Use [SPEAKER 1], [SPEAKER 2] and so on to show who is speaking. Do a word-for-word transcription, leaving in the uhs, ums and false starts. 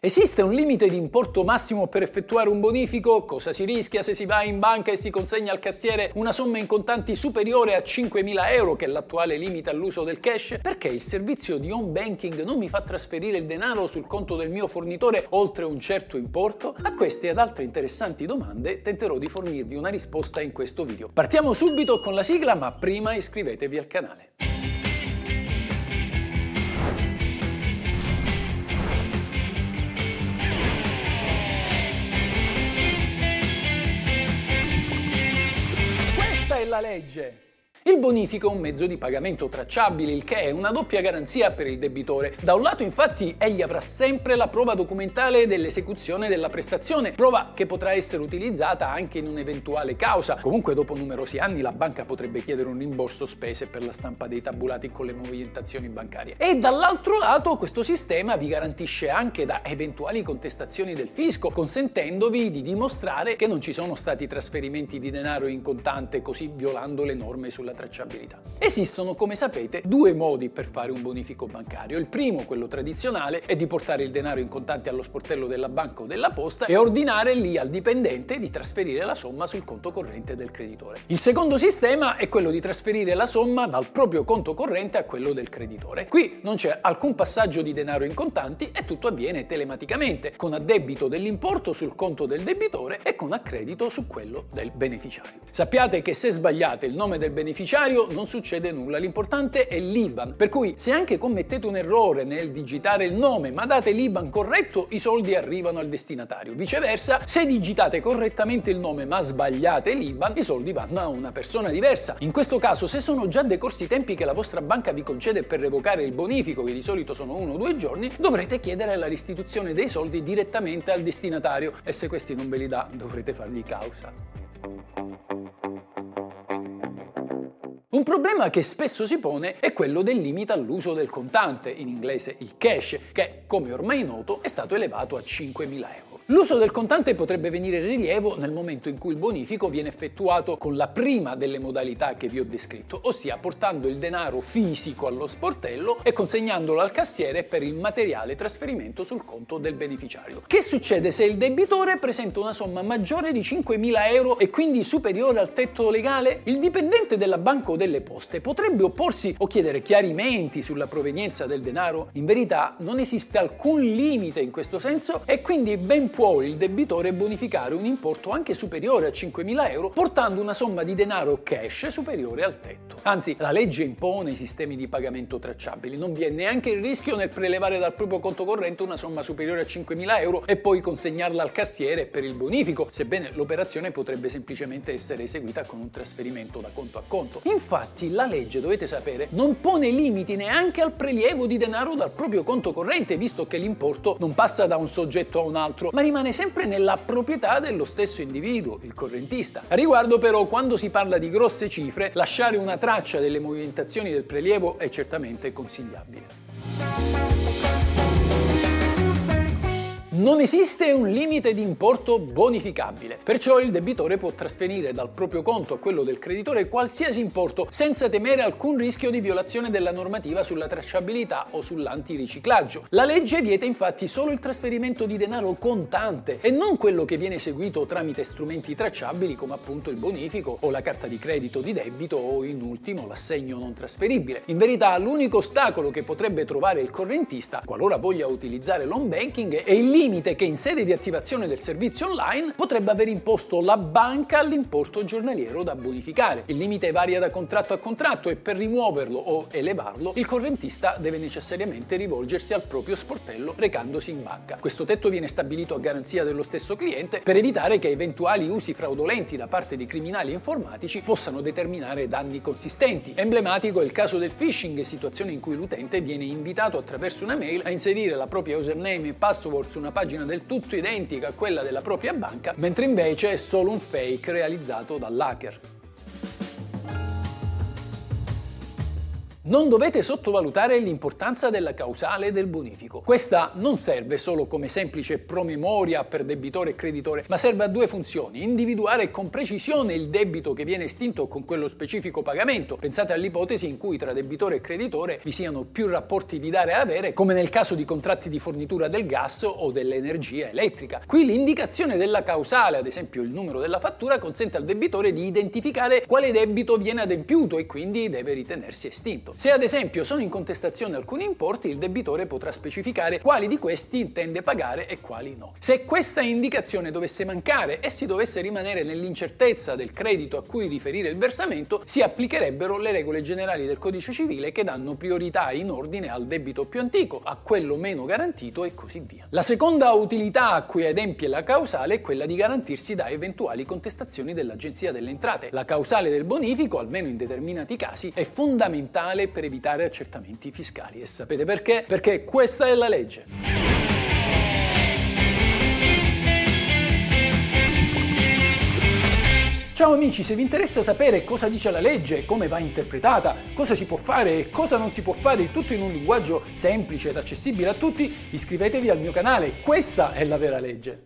[SPEAKER 1] Esiste un limite di importo massimo per effettuare un bonifico? Cosa si rischia se si va in banca e si consegna al cassiere una somma in contanti superiore a cinquemila euro, che è l'attuale limite all'uso del cash? Perché il servizio di home banking non mi fa trasferire il denaro sul conto del mio fornitore oltre un certo importo? A queste ed altre interessanti domande tenterò di fornirvi una risposta in questo video. Partiamo subito con la sigla, ma prima iscrivetevi al canale. Questa è la legge. Il bonifico è un mezzo di pagamento tracciabile, il che è una doppia garanzia per il debitore. Da un lato, infatti, egli avrà sempre la prova documentale dell'esecuzione della prestazione, prova che potrà essere utilizzata anche in un'eventuale causa. Comunque, dopo numerosi anni, la banca potrebbe chiedere un rimborso spese per la stampa dei tabulati con le movimentazioni bancarie. E dall'altro lato, questo sistema vi garantisce anche da eventuali contestazioni del fisco, consentendovi di dimostrare che non ci sono stati trasferimenti di denaro in contante, così violando le norme sulla tracciabilità. Esistono, come sapete, due modi per fare un bonifico bancario. Il primo, quello tradizionale, è di portare il denaro in contanti allo sportello della banca o della posta e ordinare lì al dipendente di trasferire la somma sul conto corrente del creditore. Il secondo sistema è quello di trasferire la somma dal proprio conto corrente a quello del creditore. Qui non c'è alcun passaggio di denaro in contanti e tutto avviene telematicamente, con addebito dell'importo sul conto del debitore e con accredito su quello del beneficiario. Sappiate che se sbagliate il nome del beneficiario non succede nulla, l'importante è l'I B A N, per cui se anche commettete un errore nel digitare il nome ma date l'I B A N corretto, i soldi arrivano al destinatario. Viceversa, se digitate correttamente il nome ma sbagliate l'I B A N, i soldi vanno a una persona diversa. In questo caso, se sono già decorsi i tempi che la vostra banca vi concede per revocare il bonifico, che di solito sono uno o due giorni, dovrete chiedere la restituzione dei soldi direttamente al destinatario e se questi non ve li dà dovrete fargli causa. Un problema che spesso si pone è quello del limite all'uso del contante, in inglese il cash, che, come ormai noto, è stato elevato a cinquemila euro. L'uso del contante potrebbe venire in rilievo nel momento in cui il bonifico viene effettuato con la prima delle modalità che vi ho descritto, ossia portando il denaro fisico allo sportello e consegnandolo al cassiere per il materiale trasferimento sul conto del beneficiario. Che succede se il debitore presenta una somma maggiore di cinquemila euro e quindi superiore al tetto legale? Il dipendente della banca o delle poste potrebbe opporsi o chiedere chiarimenti sulla provenienza del denaro? In verità non esiste alcun limite in questo senso e quindi ben può il debitore bonificare un importo anche superiore a cinquemila euro portando una somma di denaro cash superiore al tetto. Anzi, la legge impone i sistemi di pagamento tracciabili, non vi è neanche il rischio nel prelevare dal proprio conto corrente una somma superiore a cinquemila euro e poi consegnarla al cassiere per il bonifico, sebbene l'operazione potrebbe semplicemente essere eseguita con un trasferimento da conto a conto. Infatti la legge, dovete sapere, non pone limiti neanche al prelievo di denaro dal proprio conto corrente, visto che l'importo non passa da un soggetto a un altro, ma rimane sempre nella proprietà dello stesso individuo, il correntista. A riguardo però, quando si parla di grosse cifre, lasciare una traccia delle movimentazioni del prelievo è certamente consigliabile. Non esiste un limite di importo bonificabile, perciò il debitore può trasferire dal proprio conto a quello del creditore qualsiasi importo senza temere alcun rischio di violazione della normativa sulla tracciabilità o sull'antiriciclaggio. La legge vieta infatti solo il trasferimento di denaro contante e non quello che viene eseguito tramite strumenti tracciabili come appunto il bonifico o la carta di credito di debito o in ultimo l'assegno non trasferibile. In verità l'unico ostacolo che potrebbe trovare il correntista qualora voglia utilizzare l'home banking è il limite che in sede di attivazione del servizio online potrebbe aver imposto la banca all'importo giornaliero da bonificare. Il limite varia da contratto a contratto e per rimuoverlo o elevarlo il correntista deve necessariamente rivolgersi al proprio sportello recandosi in banca. Questo tetto viene stabilito a garanzia dello stesso cliente per evitare che eventuali usi fraudolenti da parte di criminali informatici possano determinare danni consistenti. Emblematico è il caso del phishing, situazione in cui l'utente viene invitato attraverso una mail a inserire la propria username e password su una pagina del tutto identica a quella della propria banca, mentre invece è solo un fake realizzato dall'hacker. Non dovete sottovalutare l'importanza della causale del bonifico. Questa non serve solo come semplice promemoria per debitore e creditore, ma serve a due funzioni: individuare con precisione il debito che viene estinto con quello specifico pagamento. Pensate all'ipotesi in cui tra debitore e creditore vi siano più rapporti di dare e avere, come nel caso di contratti di fornitura del gas o dell'energia elettrica. Qui l'indicazione della causale, ad esempio il numero della fattura, consente al debitore di identificare quale debito viene adempiuto e quindi deve ritenersi estinto. Se ad esempio sono in contestazione alcuni importi, il debitore potrà specificare quali di questi intende pagare e quali no. Se questa indicazione dovesse mancare e si dovesse rimanere nell'incertezza del credito a cui riferire il versamento, si applicherebbero le regole generali del Codice Civile che danno priorità in ordine al debito più antico, a quello meno garantito e così via. La seconda utilità a cui adempie la causale è quella di garantirsi da eventuali contestazioni dell'Agenzia delle Entrate. La causale del bonifico, almeno in determinati casi, è fondamentale per evitare accertamenti fiscali. E sapete perché? Perché questa è la legge. Ciao amici, se vi interessa sapere cosa dice la legge, come va interpretata, cosa si può fare e cosa non si può fare, il tutto in un linguaggio semplice ed accessibile a tutti, iscrivetevi al mio canale. Questa è la vera legge.